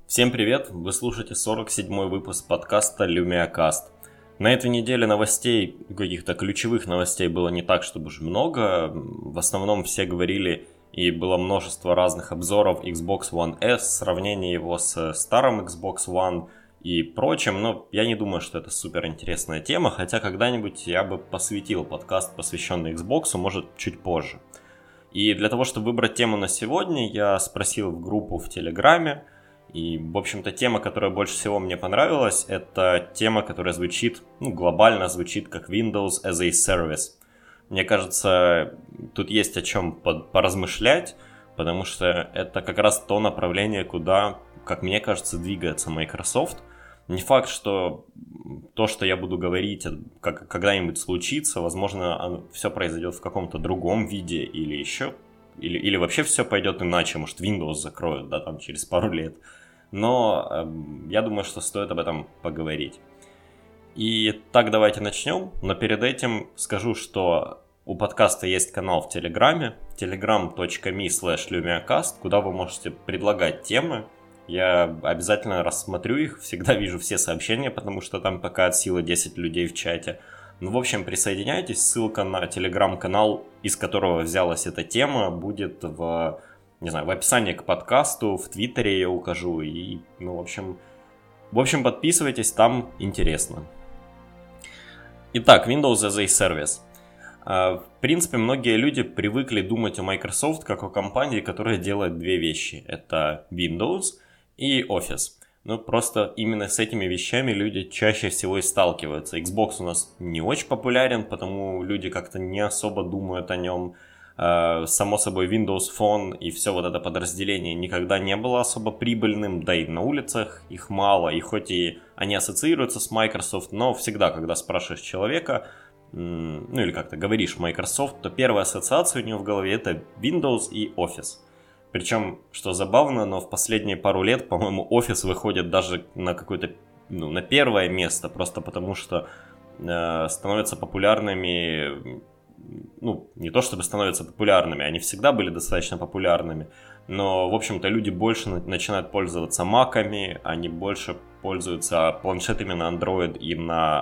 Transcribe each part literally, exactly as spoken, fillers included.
Всем привет! Вы слушаете сорок седьмой выпуск подкаста LumiaCast. На этой неделе новостей, каких-то ключевых новостей было не так, чтобы уж много. В основном все говорили, и было множество разных обзоров Xbox One S, сравнение его с старым Xbox One и прочим. Но я не думаю, что это супер интересная тема, хотя когда-нибудь я бы посвятил подкаст, посвященный Xbox, может чуть позже. И для того, чтобы выбрать тему на сегодня, я спросил в группу в Телеграме. И, в общем-то, тема, которая больше всего мне понравилась, это тема, которая звучит, ну, глобально звучит как Windows as a Service. Мне кажется, тут есть о чем поразмышлять, потому что это как раз то направление, куда, как мне кажется, двигается Microsoft. Не факт, что то, что я буду говорить, как когда-нибудь случится, возможно, все произойдет в каком-то другом виде или еще, или, или вообще все пойдет иначе, может, Windows закроют, да, там, через пару лет. Но э, я думаю, что стоит об этом поговорить. И так давайте начнем. Но перед этим скажу, что у подкаста есть канал в Телеграме, telegram точка me слэш lumiacast, куда вы можете предлагать темы. Я обязательно рассмотрю их, всегда вижу все сообщения, потому что там пока от силы десять людей в чате. Ну, в общем, присоединяйтесь. Ссылка на Телеграм-канал, из которого взялась эта тема, будет в... Не знаю, в описании к подкасту, в Твиттере я укажу. И, ну, в общем, в общем, подписывайтесь, там интересно. Итак, Windows as a Service. В принципе, многие люди привыкли думать о Microsoft как о компании, которая делает две вещи. Это Windows и Office. Ну, просто именно с этими вещами люди чаще всего и сталкиваются. Xbox у нас не очень популярен, потому люди как-то не особо думают о нем. Само собой, Windows Phone и все вот это подразделение никогда не было особо прибыльным, да и на улицах их мало, и хоть и они ассоциируются с Microsoft, но всегда, когда спрашиваешь человека, ну или как-то говоришь Microsoft, то первая ассоциация у него в голове это Windows и Office. Причем, что забавно, но в последние пару лет, по-моему, Office выходит даже на какое-то, ну, на первое место, просто потому что э, становятся популярными. Ну, не то чтобы становятся популярными, они всегда были достаточно популярными, но, в общем-то, люди больше начинают пользоваться маками, они больше пользуются планшетами на Android и на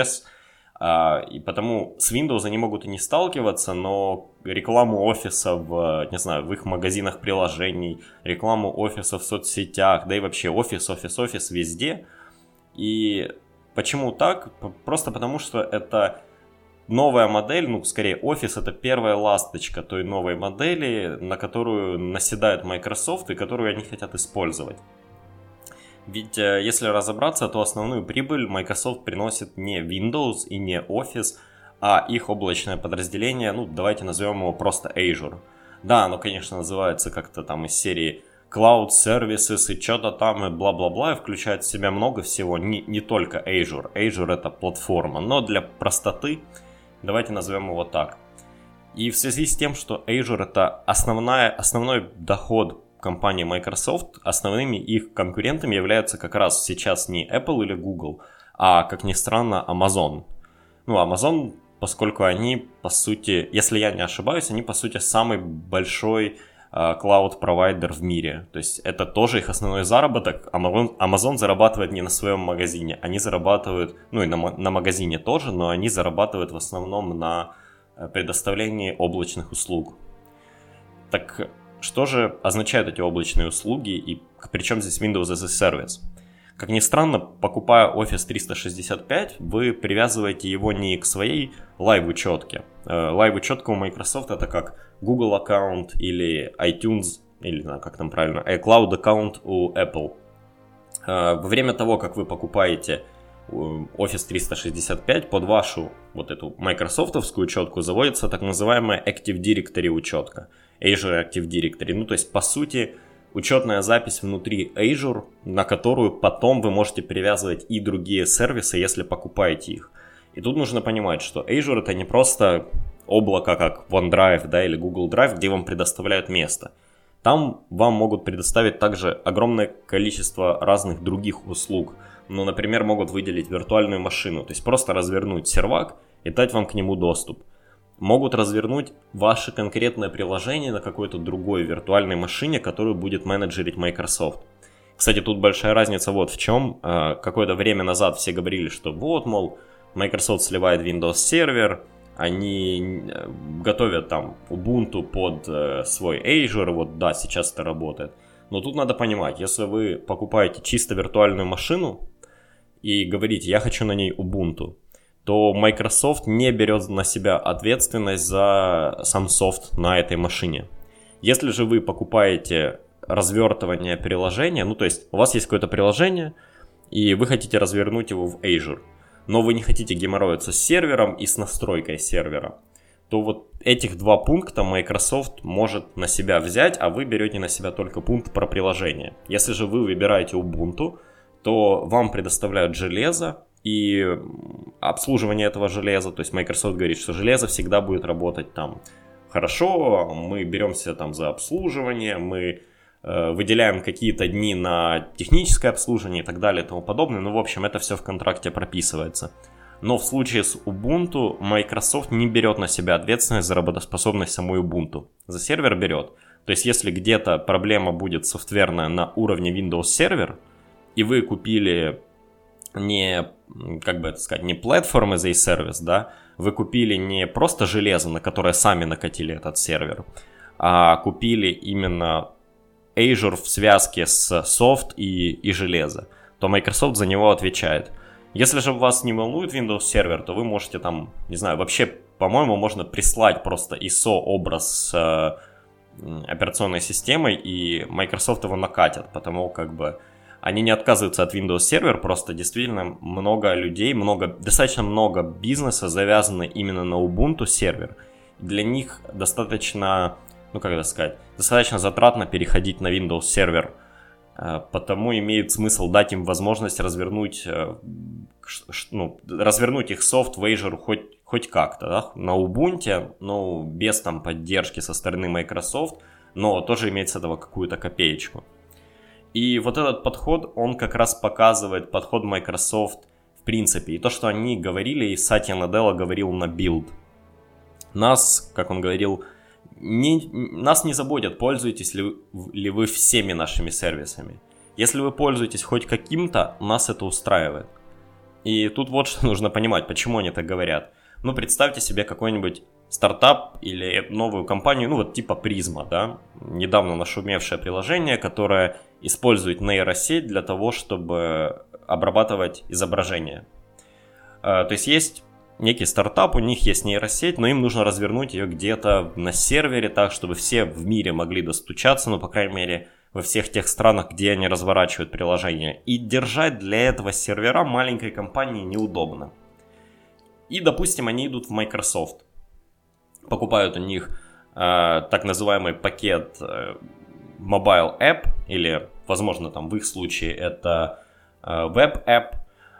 iOS, и потому с Windows они могут и не сталкиваться, но рекламу офиса в, не знаю, в их магазинах приложений, рекламу офиса в соцсетях, да и вообще офис, офис, офис везде. И почему так? Просто потому, что это... Новая модель, ну, скорее, Office — это первая ласточка той новой модели, на которую наседает Microsoft и которую они хотят использовать. Ведь, если разобраться, то основную прибыль Microsoft приносит не Windows и не Office, а их облачное подразделение, ну, давайте назовем его просто Azure. Да, оно, конечно, называется как-то там из серии Cloud Services и что-то там и бла-бла-бла, и включает в себя много всего, не, не только Azure. Azure — это платформа, но для простоты давайте назовем его так. И в связи с тем, что Azure — это основная, основной доход компании Microsoft, основными их конкурентами являются как раз сейчас не Apple или Google, а, как ни странно, Amazon. Ну, Amazon, поскольку они, по сути, если я не ошибаюсь, они, по сути, самый большой клауд-провайдер в мире. То есть это тоже их основной заработок. Amazon, Amazon зарабатывает не на своем магазине, они зарабатывают, ну и на, на магазине тоже, но они зарабатывают в основном на предоставлении облачных услуг. Так что же означают эти облачные услуги и при чем здесь Windows as a Service? Как ни странно, покупая Office триста шестьдесят пять, вы привязываете его не к своей лайв-учетке. Лайв-учетка у Microsoft — это как Google аккаунт или iTunes, или не знаю, как там правильно, iCloud аккаунт у Apple. Во время того, как вы покупаете Office триста шестьдесят пять, под вашу вот эту майкрософтовскую учетку заводится так называемая Active Directory учетка, Azure Active Directory. Ну, то есть, по сути, учетная запись внутри Azure, на которую потом вы можете привязывать и другие сервисы, если покупаете их. И тут нужно понимать, что Azure — это не просто облако, как OneDrive, да, или Google Drive, где вам предоставляют место. Там вам могут предоставить также огромное количество разных других услуг. Ну, например, могут выделить виртуальную машину, то есть просто развернуть сервак и дать вам к нему доступ. Могут развернуть ваше конкретное приложение на какой-то другой виртуальной машине, которую будет менеджерить Microsoft. Кстати, тут большая разница вот в чем. Какое-то время назад все говорили, что вот, мол, Microsoft сливает Windows Server, они готовят там Ubuntu под свой Azure, вот да, сейчас это работает. Но тут надо понимать, если вы покупаете чисто виртуальную машину и говорите, я хочу на ней Ubuntu, то Microsoft не берет на себя ответственность за сам софт на этой машине. Если же вы покупаете развертывание приложения, ну то есть у вас есть какое-то приложение, и вы хотите развернуть его в Azure, но вы не хотите геморроиться с сервером и с настройкой сервера, то вот этих два пункта Microsoft может на себя взять, а вы берете на себя только пункт про приложение. Если же вы выбираете Ubuntu, то вам предоставляют железо и обслуживание этого железа. То есть Microsoft говорит, что железо всегда будет работать там хорошо, мы беремся там за обслуживание, мы э, выделяем какие-то дни на техническое обслуживание и так далее и тому подобное. Ну, в общем, это все в контракте прописывается. Но в случае с Ubuntu Microsoft не берет на себя ответственность за работоспособность самой Ubuntu. За сервер берет. То есть, если где-то проблема будет софтверная на уровне Windows Server, и вы купили не, как бы это сказать, не Platform as a Service, да, вы купили не просто железо, на которое сами накатили этот сервер, а купили именно Azure в связке с софт и, и железо, то Microsoft за него отвечает. Если же вас не волнует Windows Server, то вы можете там, не знаю, вообще, по-моему, можно прислать просто ай эс о-образ с э, операционной системой, и Microsoft его накатят, потому как бы они не отказываются от Windows Server, просто действительно много людей, много, достаточно много бизнеса завязаны именно на Ubuntu сервер. Для них достаточно, ну как это сказать, достаточно затратно переходить на Windows сервер, потому имеет смысл дать им возможность развернуть, ну, развернуть их софт в Azure хоть, хоть как-то, да? На Ubuntu, ну, без там поддержки со стороны Microsoft, но тоже иметь с этого какую-то копеечку. И вот этот подход, он как раз показывает подход Microsoft в принципе. И то, что они говорили, и Сатья Наделла говорил на Build. Нас, как он говорил, не, нас не заботит, пользуетесь ли, ли вы всеми нашими сервисами. Если вы пользуетесь хоть каким-то, нас это устраивает. И тут вот что нужно понимать, почему они так говорят. Ну, представьте себе какой-нибудь стартап или новую компанию, ну вот типа Prisma, да, недавно нашумевшее приложение, которое использует нейросеть для того, чтобы обрабатывать изображение. То есть есть некий стартап, у них есть нейросеть, но им нужно развернуть ее где-то на сервере так, чтобы все в мире могли достучаться, ну, по крайней мере, во всех тех странах, где они разворачивают приложение. И держать для этого сервера маленькой компании неудобно. И, допустим, они идут в Microsoft, покупают у них э, так называемый пакет э, Mobile App, или, возможно, там в их случае это э, Web App,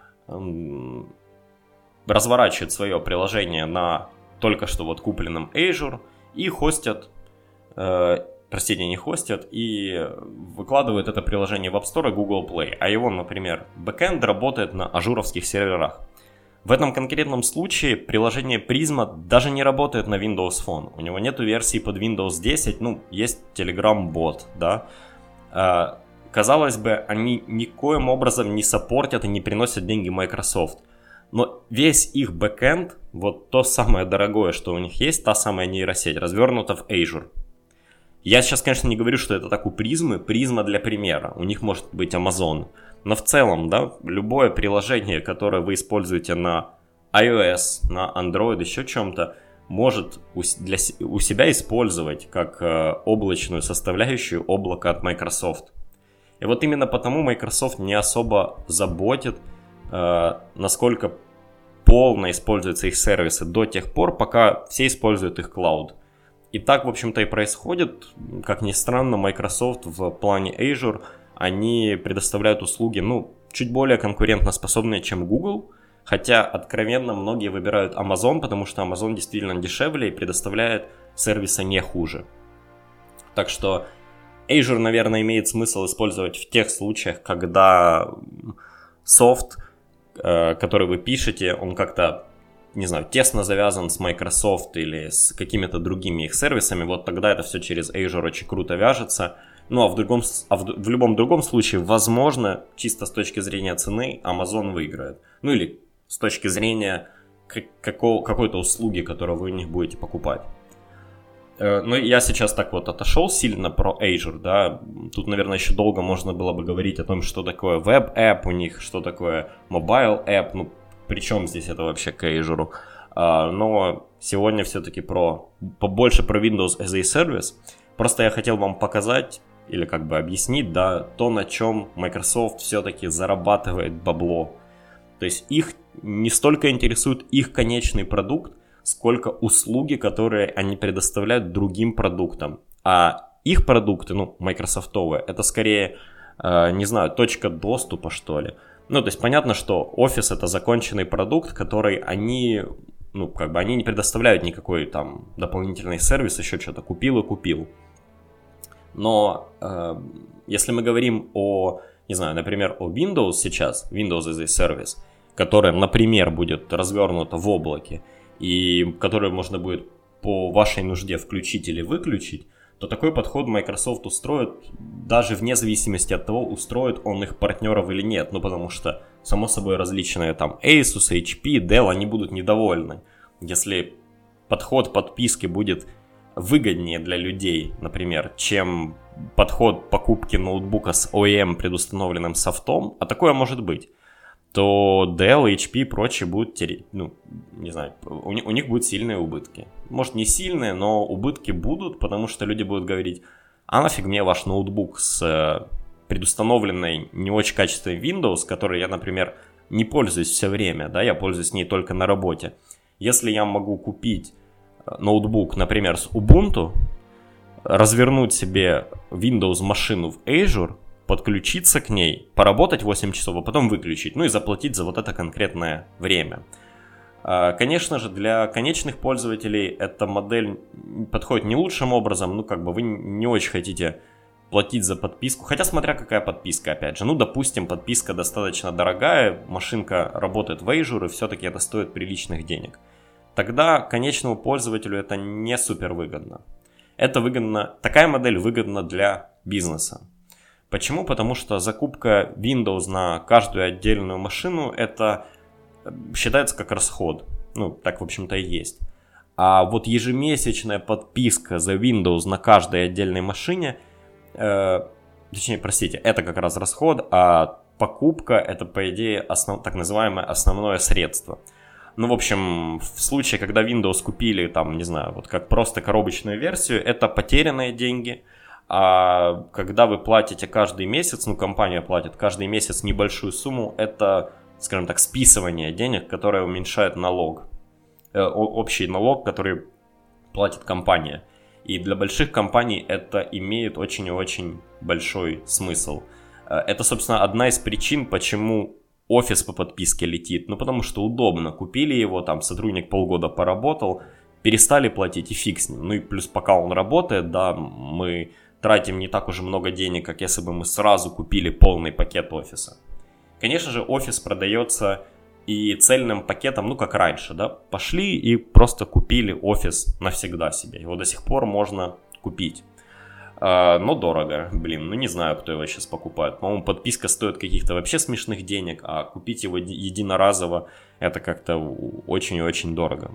э, разворачивают свое приложение на только что вот купленном Azure и хостят, э, простите, не хостят, и выкладывают это приложение в App Store и Google Play, а его, например, бэкэнд работает на ажуровских серверах. В этом конкретном случае приложение Prisma даже не работает на Windows Phone. У него нету версии под Windows десять, ну, есть Telegram-бот, да. А, казалось бы, они никоим образом не саппортят и не приносят деньги Microsoft. Но весь их бэкэнд, вот то самое дорогое, что у них есть, та самая нейросеть, развернута в Azure. Я сейчас, конечно, не говорю, что это так у Prisma. Prisma для примера. У них может быть Amazon. Но в целом, да, любое приложение, которое вы используете на iOS, на Android, еще чем-то, может у, для, у себя использовать как э, облачную составляющую облако от Microsoft. И вот именно потому Microsoft не особо заботит, э, насколько полно используются их сервисы до тех пор, пока все используют их клауд. И так, в общем-то, и происходит. Как ни странно, Microsoft в плане Azure, они предоставляют услуги, ну, чуть более конкурентоспособные, чем Google. Хотя, откровенно, многие выбирают Amazon, потому что Amazon действительно дешевле и предоставляет сервисы не хуже. Так что Azure, наверное, имеет смысл использовать в тех случаях, когда софт, который вы пишете, он как-то, не знаю, тесно завязан с Microsoft или с какими-то другими их сервисами. Вот тогда это все через Azure очень круто вяжется. Ну, а в, другом, а в, в любом другом случае, возможно, чисто с точки зрения цены, Amazon выиграет. Ну, или с точки зрения какого, какой-то услуги, которую вы у них будете покупать. Ну, я сейчас так вот отошел сильно про Azure, да. Тут, наверное, еще долго можно было бы говорить о том, что такое веб-эп у них, что такое mobile-эп, ну, причем здесь это вообще к Azure. Но сегодня все-таки про, побольше про Windows as a Service. Просто я хотел вам показать, или как бы объяснить, да, то, на чем Microsoft все-таки зарабатывает бабло. То есть их не столько интересует их конечный продукт, сколько услуги, которые они предоставляют другим продуктам. А их продукты, ну, майкрософтовые, это скорее, э, не знаю, точка доступа, что ли. Ну, то есть понятно, что Office — это законченный продукт, который они, ну, как бы они не предоставляют никакой там дополнительный сервис, еще что-то купил и купил. Но э, если мы говорим о, не знаю, например, о Windows сейчас, Windows as a Service, которая, например, будет развернута в облаке, и которую можно будет по вашей нужде включить или выключить, то такой подход Microsoft устроит, даже вне зависимости от того, устроит он их партнеров или нет. Ну, потому что, само собой, различные там Asus, эйч пи, Dell, они будут недовольны. Если подход подписки будет выгоднее для людей, например, чем подход покупки ноутбука с о и эм предустановленным софтом, а такое может быть, то Dell, эйч пи и прочие будут тереть, ну, не знаю, у них, у них будут сильные убытки. Может, не сильные, но убытки будут, потому что люди будут говорить: а нафиг мне ваш ноутбук с предустановленной не очень качественной Windows, которой я, например, не пользуюсь все время, да, я пользуюсь ней только на работе. Если я могу купить ноутбук, например, с Ubuntu, развернуть себе Windows-машину в Azure, подключиться к ней, поработать восемь часов, а потом выключить, ну и заплатить за вот это конкретное время. Конечно же, для конечных пользователей эта модель подходит не лучшим образом, ну как бы вы не очень хотите платить за подписку, хотя смотря какая подписка, опять же, ну допустим, подписка достаточно дорогая, машинка работает в Azure и все-таки это стоит приличных денег. Тогда конечному пользователю это не супер выгодно. Это выгодно, такая модель выгодна для бизнеса. Почему? Потому что закупка Windows на каждую отдельную машину это считается как расход. Ну, так, в общем-то, и есть. А вот ежемесячная подписка за Windows на каждой отдельной машине, э, точнее, простите, это как раз расход, а покупка это, по идее, основ, так называемое основное средство. Ну, в общем, в случае, когда Windows купили, там, не знаю, вот как просто коробочную версию, это потерянные деньги. А когда вы платите каждый месяц, ну, компания платит каждый месяц небольшую сумму, это, скажем так, списывание денег, которое уменьшает налог, э, общий налог, который платит компания. И для больших компаний это имеет очень и очень большой смысл. Это, собственно, одна из причин, почему офис по подписке летит. Ну, потому что удобно. Купили его, там, сотрудник полгода поработал, перестали платить и фиг с ним. Ну и плюс пока он работает, да, мы тратим не так уж много денег, как если бы мы сразу купили полный пакет офиса. Конечно же, офис продается и цельным пакетом, ну как раньше, да, пошли и просто купили офис навсегда себе. Его до сих пор можно купить. А, но дорого, блин, ну не знаю, кто его сейчас покупает. По-моему, подписка стоит каких-то вообще смешных денег, а купить его единоразово это как-то очень и очень дорого.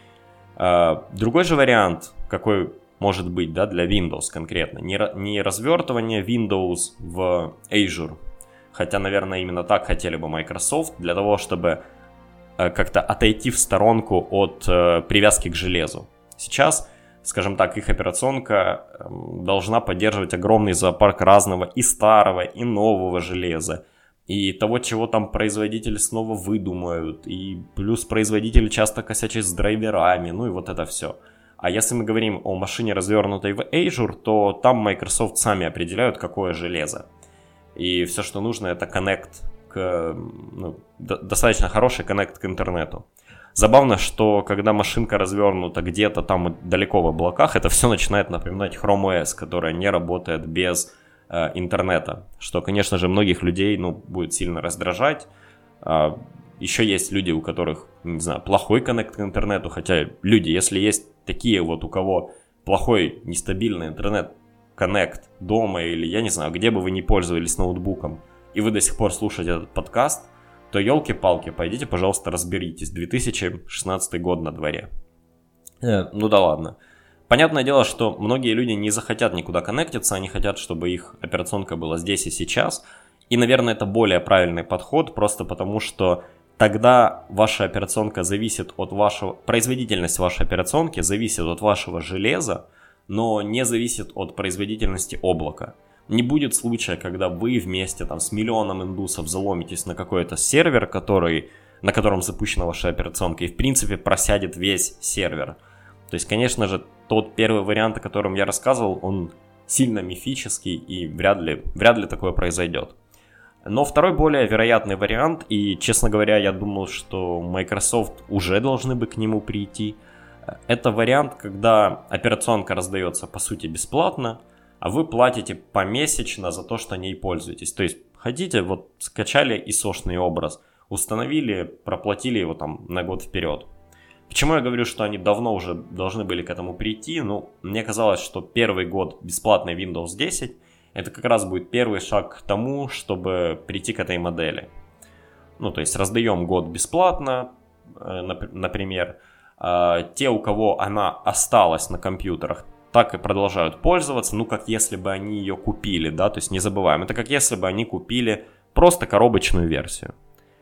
А, другой же вариант, какой может быть, да, для Windows конкретно, не, не развертывание Windows в Azure, хотя, наверное, именно так хотели бы Microsoft, для того, чтобы э, как-то отойти в сторонку от э, привязки к железу. Сейчас, скажем так, их операционка э, должна поддерживать огромный зоопарк разного и старого, и нового железа, и того, чего там производители снова выдумают, и плюс производители часто косячат с драйверами, ну и вот это все. А если мы говорим о машине, развернутой в Azure, то там Microsoft сами определяют, какое железо. И все, что нужно, это коннект к, ну, достаточно хороший коннект к интернету. Забавно, что когда машинка развернута где-то там далеко в облаках, это все начинает напоминать Chrome о эс, которая не работает без э, интернета. Что, конечно же, многих людей, ну, будет сильно раздражать. А еще есть люди, у которых, не знаю, плохой коннект к интернету. Хотя люди, если есть такие вот, у кого плохой, нестабильный интернет, Connect дома или, я не знаю, где бы вы ни пользовались ноутбуком, и вы до сих пор слушаете этот подкаст, то елки-палки, пойдите, пожалуйста, разберитесь. две тысячи шестнадцатый год на дворе. Э, ну да ладно. Понятное дело, что многие люди не захотят никуда коннектиться, они хотят, чтобы их операционка была здесь и сейчас. И, наверное, это более правильный подход, просто потому что тогда ваша операционка зависит от вашего... Производительность вашей операционки зависит от вашего железа, но не зависит от производительности облака. Не будет случая, когда вы вместе там, с миллионом индусов заломитесь на какой-то сервер, который, на котором запущена ваша операционка, и в принципе просядет весь сервер. То есть, конечно же, тот первый вариант, о котором я рассказывал, он сильно мифический, и вряд ли, вряд ли такое произойдет. Но второй более вероятный вариант, и, честно говоря, я думал, что Microsoft уже должны бы к нему прийти, это вариант, когда операционка раздается, по сути, бесплатно, а вы платите помесячно за то, что ней пользуетесь. То есть, хотите, вот скачали ай эс о-шный образ, установили, проплатили его там на год вперед. Почему я говорю, что они давно уже должны были к этому прийти? Ну, мне казалось, что первый год бесплатной Windows десять это как раз будет первый шаг к тому, чтобы прийти к этой модели. Ну, то есть раздаем год бесплатно, например. Те, у кого она осталась на компьютерах, так и продолжают пользоваться, ну, как если бы они ее купили, да, то есть не забываем, это как если бы они купили просто коробочную версию.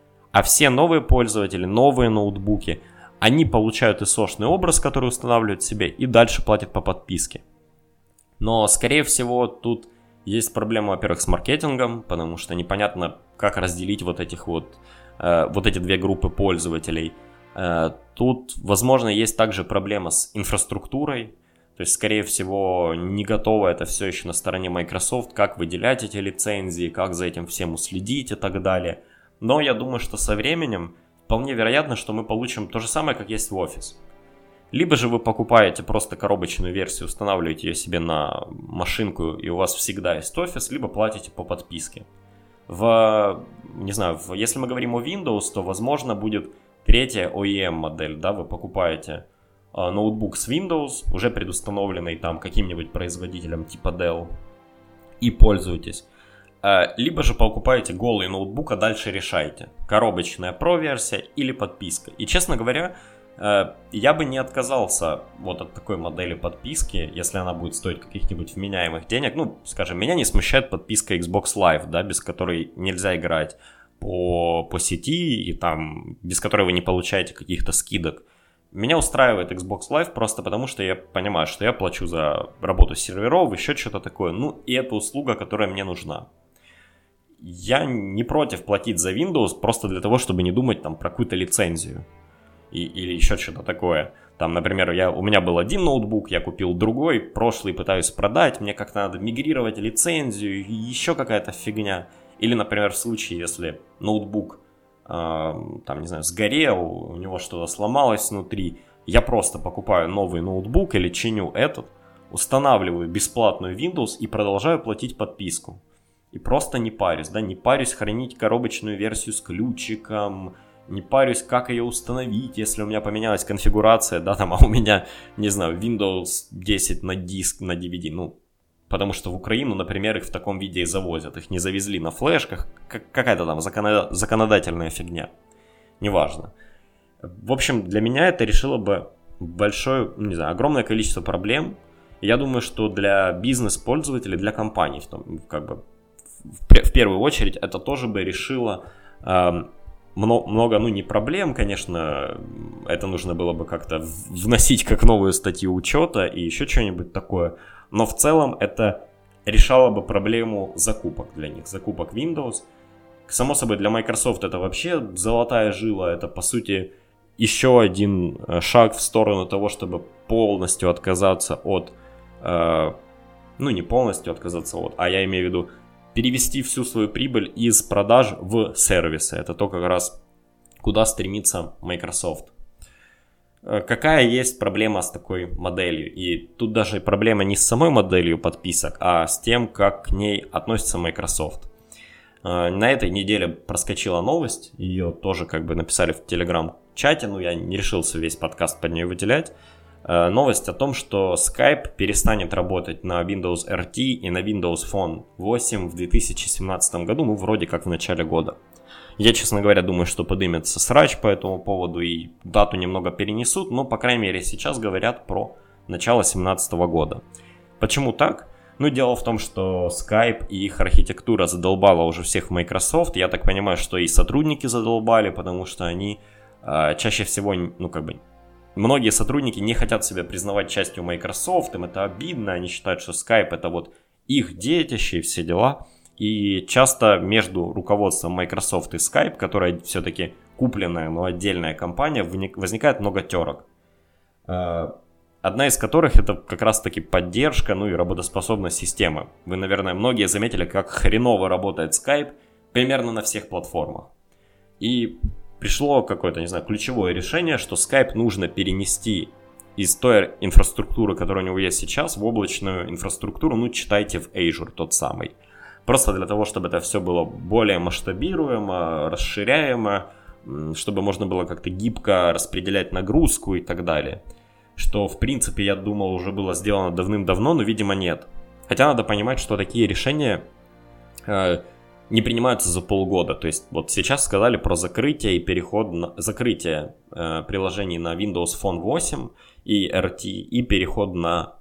А все новые пользователи, новые ноутбуки, они получают ай эс о-шный образ, который устанавливают себе, и дальше платят по подписке. Но, скорее всего, тут есть проблема, во-первых, с маркетингом, потому что непонятно, как разделить вот этих вот, э, вот эти две группы пользователей. Э, тут, возможно, есть также проблема с инфраструктурой. То есть, скорее всего, не готово это все еще на стороне Microsoft, как выделять эти лицензии, как за этим всем уследить и так далее. Но я думаю, что со временем вполне вероятно, что мы получим то же самое, как есть в Office. Либо же вы покупаете просто коробочную версию, устанавливаете ее себе на машинку, и у вас всегда есть Office, либо платите по подписке. В, не знаю, в, если мы говорим о Windows, то, возможно, будет третья о и эм модель, да, вы покупаете э, ноутбук с Windows, уже предустановленный там каким-нибудь производителем типа Dell, и пользуетесь. Э, либо же покупаете голый ноутбук, а дальше решайте, коробочная Pro-версия или подписка. И, честно говоря, я бы не отказался вот от такой модели подписки, если она будет стоить каких-нибудь вменяемых денег. Ну, скажем, меня не смущает подписка Xbox Live, да, без которой нельзя играть по, по сети, и там, без которой вы не получаете каких-то скидок. Меня устраивает Xbox Live просто потому, что я понимаю, что я плачу за работу серверов, еще что-то такое. Ну, и это услуга, которая мне нужна. Я не против платить за Windows просто для того, чтобы не думать там про какую-то лицензию. И, или еще что-то такое. Там, например, я, у меня был один ноутбук, я купил другой, прошлый пытаюсь продать, мне как-то надо мигрировать лицензию, еще какая-то фигня. Или, например, в случае, если ноутбук, э, там, не знаю, сгорел, у него что-то сломалось внутри, я просто покупаю новый ноутбук или чиню этот, устанавливаю бесплатную Windows и продолжаю платить подписку. И просто не парюсь, да, не парюсь хранить коробочную версию с ключиком, не парюсь, как ее установить, если у меня поменялась конфигурация, да, там, а у меня, не знаю, Windows десять на диск, на ди ви ди, ну, потому что в Украину, например, их в таком виде и завозят, их не завезли на флешках, какая-то там законодательная фигня, неважно. В общем, для меня это решило бы большое, не знаю, огромное количество проблем. Я думаю, что для бизнес-пользователей, для компаний, в том, как бы, в, в первую очередь, это тоже бы решило э, много, много, ну, не проблем, конечно, это нужно было бы как-то вносить как новую статью учета и еще что-нибудь такое, но в целом это решало бы проблему закупок для них, закупок Windows. Само собой, для Microsoft это вообще золотая жила, это, по сути, еще один шаг в сторону того, чтобы полностью отказаться от, э, ну, не полностью отказаться от, а я имею в виду перевести всю свою прибыль из продаж в сервисы. Это то, как раз куда стремится Microsoft. Какая есть проблема с такой моделью? И тут даже проблема не с самой моделью подписок, а с тем, как к ней относится Microsoft. На этой неделе проскочила новость, ее тоже как бы написали в Telegram-чате, но я не решился весь подкаст под нее выделять. новость о том, что Skype перестанет работать на Windows эр ти и на Windows Phone восемь в две тысячи семнадцатом году, ну, вроде как в начале года. Я, честно говоря, думаю, что подымется срач по этому поводу и дату немного перенесут, но, по крайней мере, сейчас говорят про начало две тысячи семнадцатого года. Почему так? Ну, дело в том, что Skype и их архитектура задолбала уже всех в Microsoft. Я так понимаю, что и сотрудники задолбали, потому что они э, чаще всего, ну, как бы, многие сотрудники не хотят себя признавать частью Microsoft, им это обидно, они считают, что Skype это вот их детище и все дела. И часто между руководством Microsoft и Skype, которая все-таки купленная, но отдельная компания, возникает много терок. Одна из которых это как раз-таки поддержка, ну и работоспособность системы. Вы, наверное, многие заметили, как хреново работает Skype примерно на всех платформах. И пришло какое-то, не знаю, ключевое решение, что Skype нужно перенести из той инфраструктуры, которая у него есть сейчас, в облачную инфраструктуру, ну, читайте в Azure тот самый. Просто для того, чтобы это все было более масштабируемо, расширяемо, чтобы можно было как-то гибко распределять нагрузку и так далее. Что, в принципе, я думал, уже было сделано давным-давно, но, видимо, нет. Хотя надо понимать, что такие решения э, не принимаются за полгода. То есть, вот сейчас сказали про закрытие и переход на закрытие э, приложений на Windows Phone восемь и эр ти и переход на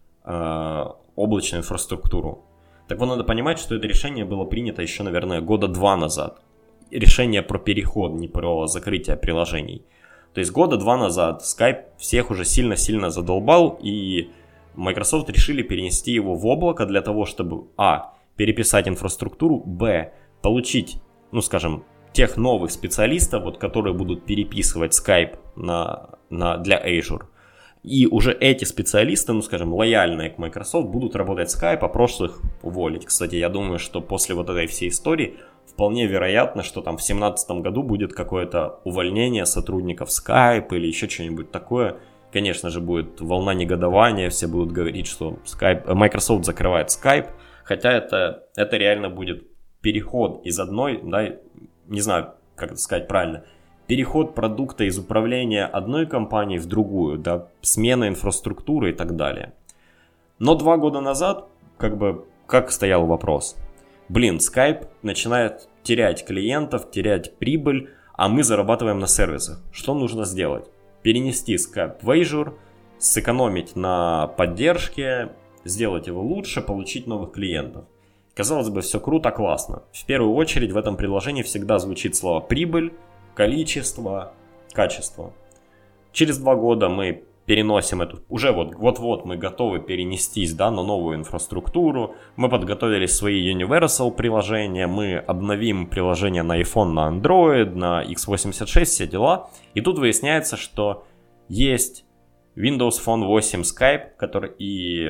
э, облачную инфраструктуру. Так вот, надо понимать, что это решение было принято еще, наверное, года два назад. Решение про переход, не про закрытие приложений. То есть года два назад Skype всех уже сильно-сильно задолбал, и Microsoft решили перенести его в облако для того, чтобы а. переписать инфраструктуру, б. получить, ну скажем, тех новых специалистов, вот, которые будут переписывать Skype на, на, для Azure. И уже эти специалисты, ну скажем, лояльные к Microsoft, будут работать с Skype, а прошлых уволить. Кстати, я думаю, что после вот этой всей истории вполне вероятно, что там в две тысячи семнадцатом году будет какое-то увольнение сотрудников Skype или еще что-нибудь такое. Конечно же, будет волна негодования, все будут говорить, что Skype, Microsoft закрывает Skype, хотя это, это реально будет переход из одной, да, не знаю, как это сказать правильно, переход продукта из управления одной компанией в другую, да, смена инфраструктуры и так далее. Но два года назад, как бы, как стоял вопрос? Блин, Skype начинает терять клиентов, терять прибыль, а мы зарабатываем на сервисах. Что нужно сделать? Перенести Skype в Azure, сэкономить на поддержке, сделать его лучше, получить новых клиентов. Казалось бы, все круто, классно. В первую очередь в этом предложении всегда звучит слово «прибыль», количество, качество. Через два года мы переносим эту, уже вот, вот-вот мы готовы перенестись, да, на новую инфраструктуру, мы подготовили свои Universal приложения, мы обновим приложение на iPhone, на Android, на икс восемьдесят шесть, все дела, и тут выясняется, что есть Windows Phone восемь Skype, который, и,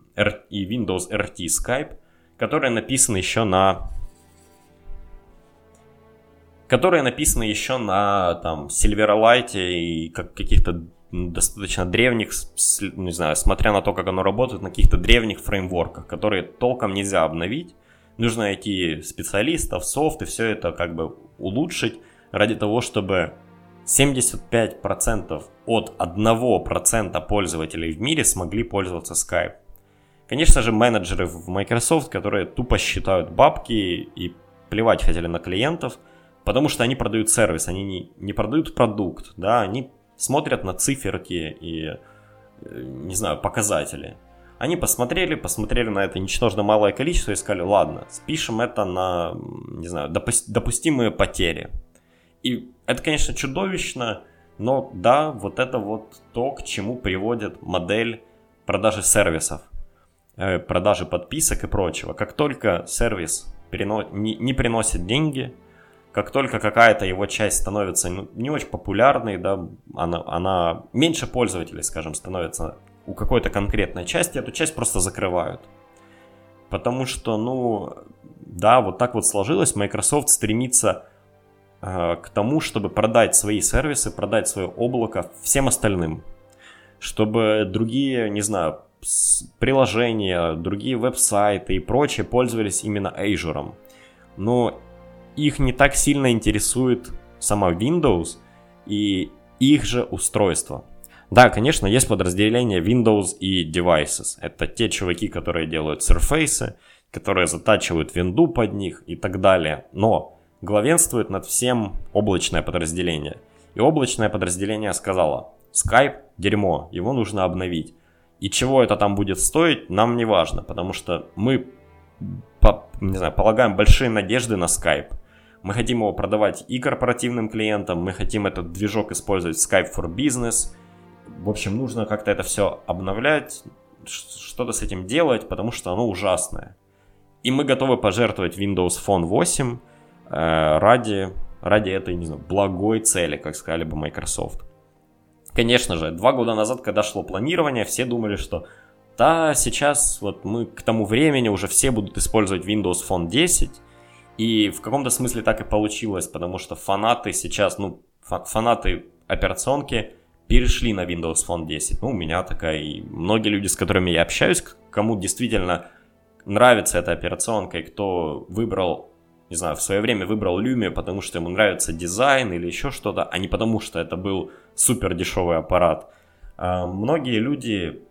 и Windows эр ти Skype, которые написаны еще на которые написаны еще на там Silverlight и как, каких-то достаточно древних, не знаю, смотря на то, как оно работает, на каких-то древних фреймворках, которые толком нельзя обновить. Нужно найти специалистов, софт и все это как бы улучшить ради того, чтобы семьдесят пять процентов от одного процента пользователей в мире смогли пользоваться Skype. Конечно же, менеджеры в Microsoft, которые тупо считают бабки и плевать хотели на клиентов, потому что они продают сервис, они не, не продают продукт, да, они смотрят на циферки и, не знаю, показатели. Они посмотрели, посмотрели на это ничтожно малое количество и сказали, ладно, спишем это на, не знаю, допу- допустимые потери. И это, конечно, чудовищно, но да, вот это вот то, к чему приводит модель продажи сервисов, э, продажи подписок и прочего. Как только сервис перено- не, не приносит деньги, как только какая-то его часть становится ну, не очень популярной, да, она, она меньше пользователей, скажем, становится у какой-то конкретной части, эту часть просто закрывают. Потому что, ну, да, вот так вот сложилось, Microsoft стремится э, к тому, чтобы продать свои сервисы, продать свое облако всем остальным. Чтобы другие, не знаю, приложения, другие веб-сайты и прочее пользовались именно Azure. Но их не так сильно интересует сама Windows и их же устройство. Да, конечно, есть подразделение Windows и Devices. Это те чуваки, которые делают Surface, которые затачивают винду под них и так далее. Но главенствует над всем облачное подразделение. И облачное подразделение сказало: Skype – дерьмо, его нужно обновить. И чего это там будет стоить, нам не важно, потому что мы по, не знаю, полагаем большие надежды на Skype. Мы хотим его продавать и корпоративным клиентам, мы хотим этот движок использовать в Skype for Business. В общем, нужно как-то это все обновлять, что-то с этим делать, потому что оно ужасное. И мы готовы пожертвовать Windows Phone восемь э, ради, ради этой, не знаю, благой цели, как сказали бы Microsoft. Конечно же, два года назад, когда шло планирование, все думали, что да, сейчас вот мы к тому времени уже все будут использовать Windows Phone десять. И в каком-то смысле так и получилось, потому что фанаты сейчас, ну, фанаты операционки перешли на Windows Phone десять. Ну, у меня такая, и многие люди, с которыми я общаюсь, кому действительно нравится эта операционка, и кто выбрал, не знаю, в свое время выбрал Lumia, потому что ему нравится дизайн или еще что-то, а не потому что это был супер дешевый аппарат. А многие люди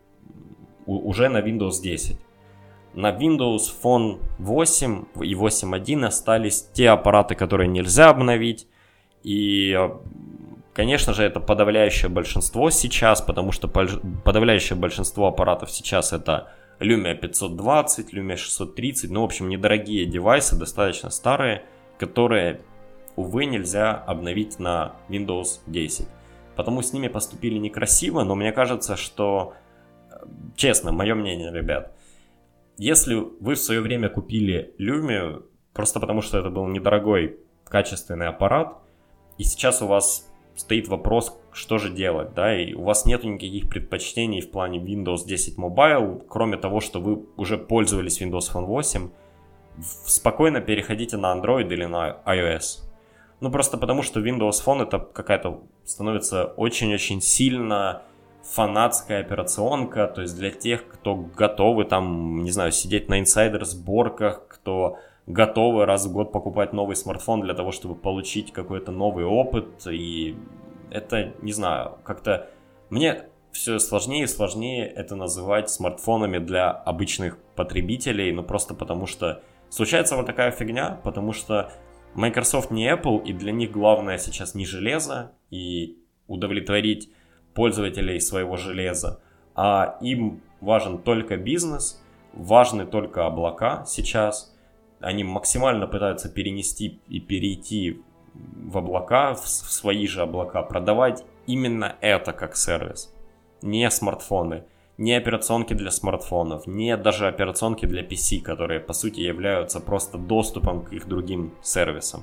уже на Windows десять. На Windows Phone восемь и восемь точка один остались те аппараты, которые нельзя обновить. И, конечно же, это подавляющее большинство сейчас, потому что подавляющее большинство аппаратов сейчас это Lumia пятьсот двадцать, Lumia шестьсот тридцать, ну, в общем, недорогие девайсы, достаточно старые, которые, увы, нельзя обновить на Windows десять. Потому с ними поступили некрасиво, но мне кажется, что, честно, мое мнение, ребят, если вы в свое время купили Lumia, просто потому что это был недорогой, качественный аппарат, и сейчас у вас стоит вопрос, что же делать, да, и у вас нет никаких предпочтений в плане Windows десять Mobile, кроме того, что вы уже пользовались Windows Phone восемь, спокойно переходите на Android или на iOS. Ну, просто потому что Windows Phone это какая-то становится очень-очень сильно фанатская операционка, то есть для тех, кто готовы там, не знаю, сидеть на инсайдер-сборках, кто готовы раз в год покупать новый смартфон для того, чтобы получить какой-то новый опыт. И это, не знаю, как-то мне все сложнее и сложнее это называть смартфонами для обычных потребителей, ну просто потому что случается вот такая фигня, потому что Microsoft не Apple, и для них главное сейчас не железо и удовлетворить пользователей своего железа, а им важен только бизнес, важны только облака сейчас. Они максимально пытаются перенести и перейти в облака, в свои же облака, продавать именно это как сервис. Не смартфоны, не операционки для смартфонов, не даже операционки для пи си, которые по сути являются просто доступом к их другим сервисам.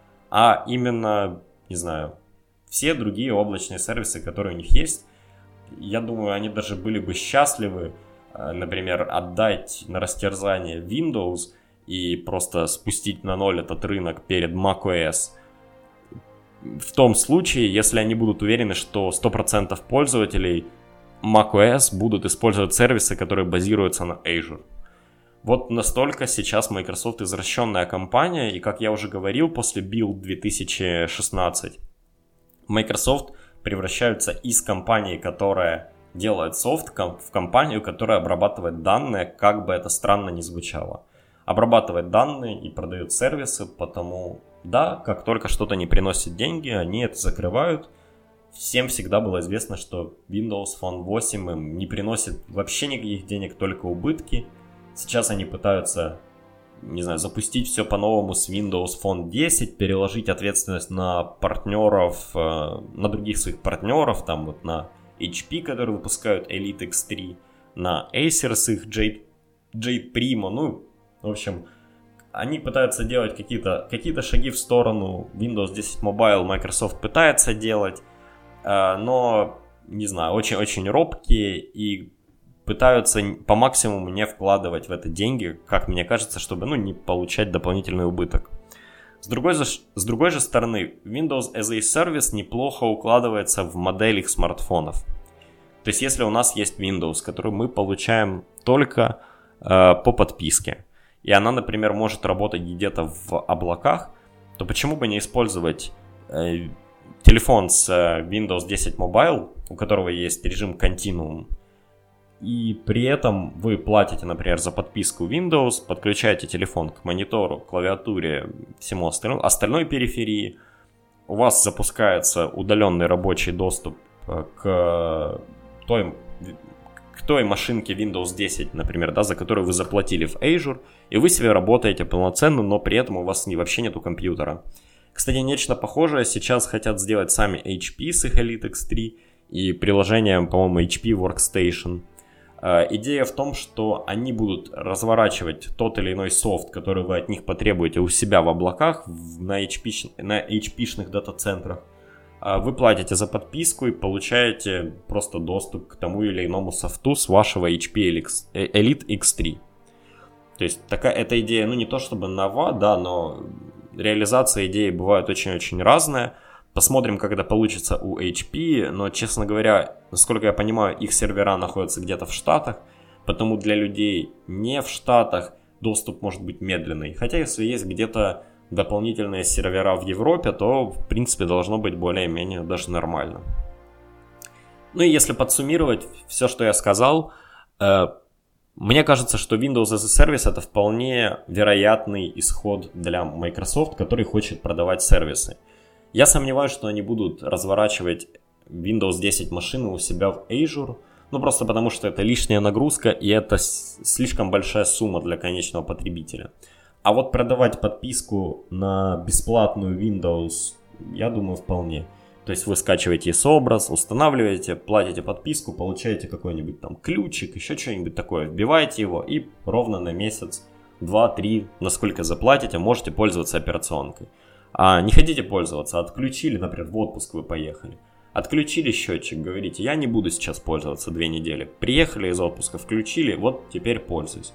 А именно, не знаю, все другие облачные сервисы, которые у них есть, я думаю, они даже были бы счастливы, например, отдать на растерзание Windows и просто спустить на ноль этот рынок перед macOS. В том случае, если они будут уверены, что сто процентов пользователей macOS будут использовать сервисы, которые базируются на Azure. Вот настолько сейчас Microsoft извращенная компания, и как я уже говорил, после Build две тысячи шестнадцать Microsoft превращаются из компании, которая делает софт, в компанию, которая обрабатывает данные, как бы это странно ни звучало. Обрабатывает данные и продает сервисы, потому да, как только что-то не приносит деньги, они это закрывают. Всем всегда было известно, что Windows Phone восемь им не приносит вообще никаких денег, только убытки. Сейчас они пытаются, не знаю, запустить все по-новому с Windows Phone десять, переложить ответственность на партнеров, на других своих партнеров, там вот на эйч пи, которые выпускают Elite икс три, на Acer с их Jade, Jade Primo, ну, в общем, они пытаются делать какие-то, какие-то шаги в сторону Windows десять Mobile, Microsoft пытается делать, но, не знаю, очень-очень робкие и пытаются по максимуму не вкладывать в это деньги, как мне кажется, чтобы, ну, не получать дополнительный убыток. С другой, же, с другой же стороны, Windows as a Service неплохо укладывается в модель их смартфонов. То есть, если у нас есть Windows, который мы получаем только э, по подписке, и она, например, может работать где-то в облаках, то почему бы не использовать э, телефон с Windows десять Mobile, у которого есть режим Continuum, и при этом вы платите, например, за подписку Windows, подключаете телефон к монитору, клавиатуре, всему остальному, остальной периферии, у вас запускается удаленный рабочий доступ к той, к той машинке Windows десять, например, да, за которую вы заплатили в Azure, и вы себе работаете полноценно, но при этом у вас вообще нету компьютера. Кстати, нечто похожее сейчас хотят сделать сами эйч пи с их Elite икс три и приложением, по-моему, эйч пи Workstation. Идея в том, что они будут разворачивать тот или иной софт, который вы от них потребуете у себя в облаках, на эйч пи, на эйч пи-шных дата-центрах. Вы платите за подписку и получаете просто доступ к тому или иному софту с вашего эйч пи Elite икс три. То есть такая эта идея, ну не то чтобы нова, да, но реализация идеи бывает очень-очень разная. Посмотрим, как это получится у эйч пи, но, честно говоря, насколько я понимаю, их сервера находятся где-то в Штатах, потому для людей не в Штатах доступ может быть медленный. Хотя если есть где-то дополнительные сервера в Европе, то, в принципе, должно быть более-менее даже нормально. Ну и если подсуммировать все, что я сказал, э, мне кажется, что Windows as a Service это вполне вероятный исход для Microsoft, который хочет продавать сервисы. Я сомневаюсь, что они будут разворачивать Windows десять машины у себя в Azure, ну просто потому, что это лишняя нагрузка и это слишком большая сумма для конечного потребителя. А вот продавать подписку на бесплатную Windows, я думаю, вполне. То есть вы скачиваете эс-образ, устанавливаете, платите подписку, получаете какой-нибудь там ключик, еще что-нибудь такое, вбиваете его и ровно на месяц, два-три, насколько заплатите, можете пользоваться операционкой. А не хотите пользоваться, отключили, например, в отпуск вы поехали. Отключили счетчик, говорите, я не буду сейчас пользоваться две недели. Приехали из отпуска, включили, вот теперь пользуюсь.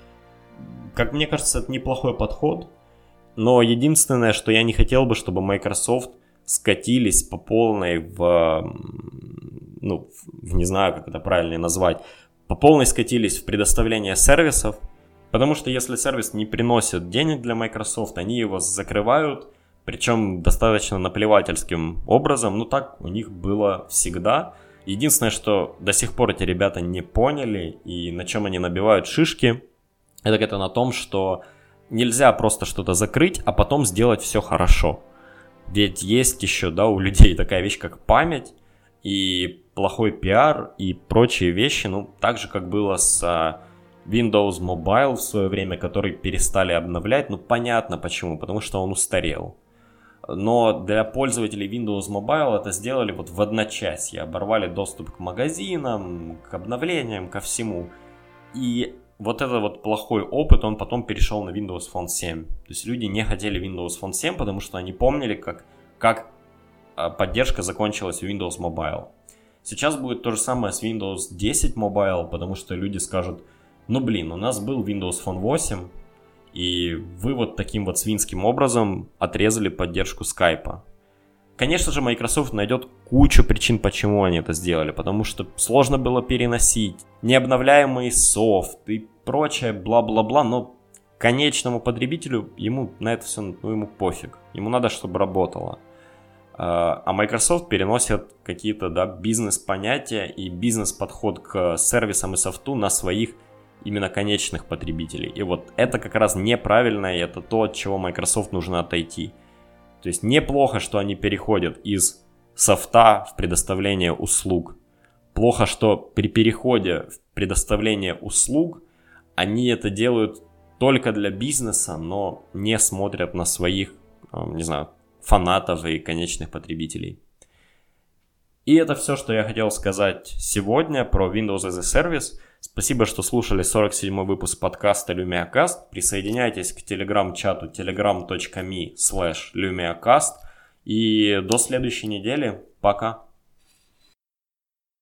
Как мне кажется, это неплохой подход, но единственное, что я не хотел бы, чтобы Microsoft скатились по полной в, ну, в, не знаю, как это правильно назвать, по полной скатились в предоставление сервисов, потому что если сервис не приносит денег для Microsoft, они его закрывают, причем достаточно наплевательским образом, ну так у них было всегда. Единственное, что до сих пор эти ребята не поняли и на чем они набивают шишки, это это на том, что нельзя просто что-то закрыть, а потом сделать все хорошо. Ведь есть еще, да, у людей такая вещь, как память и плохой пиар и прочие вещи, ну, так же, как было с Windows Mobile в свое время, который перестали обновлять, ну, понятно почему, потому что он устарел. Но для пользователей Windows Mobile это сделали вот в одночасье, оборвали доступ к магазинам, к обновлениям, ко всему. И вот этот вот плохой опыт, он потом перешел на Windows Phone семь. То есть люди не хотели Windows Phone семь, потому что они помнили, как, как поддержка закончилась в Windows Mobile. Сейчас будет то же самое с Windows десять Mobile, потому что люди скажут, ну блин, у нас был Windows Phone восемь, и вы вот таким вот свинским образом отрезали поддержку скайпа. Конечно же, Microsoft найдет кучу причин, почему они это сделали, потому что сложно было переносить, необновляемый софт и прочее, бла-бла-бла, но конечному потребителю, ему на это все, ну, ему пофиг, ему надо, чтобы работало. А Microsoft переносит какие-то, да, бизнес-понятия и бизнес-подход к сервисам и софту на своих именно конечных потребителей. И вот это как раз неправильно, и это то, от чего Microsoft нужно отойти. То есть неплохо, что они переходят из софта в предоставление услуг. Плохо, что при переходе в предоставление услуг они это делают только для бизнеса, но не смотрят на своих, не знаю, фанатов и конечных потребителей. И это все, что я хотел сказать сегодня про Windows as a Service. Спасибо, что слушали сорок седьмой выпуск подкаста LumiaCast. Присоединяйтесь к телеграм-чату telegram точка me слэш LumiaCast. И до следующей недели. Пока.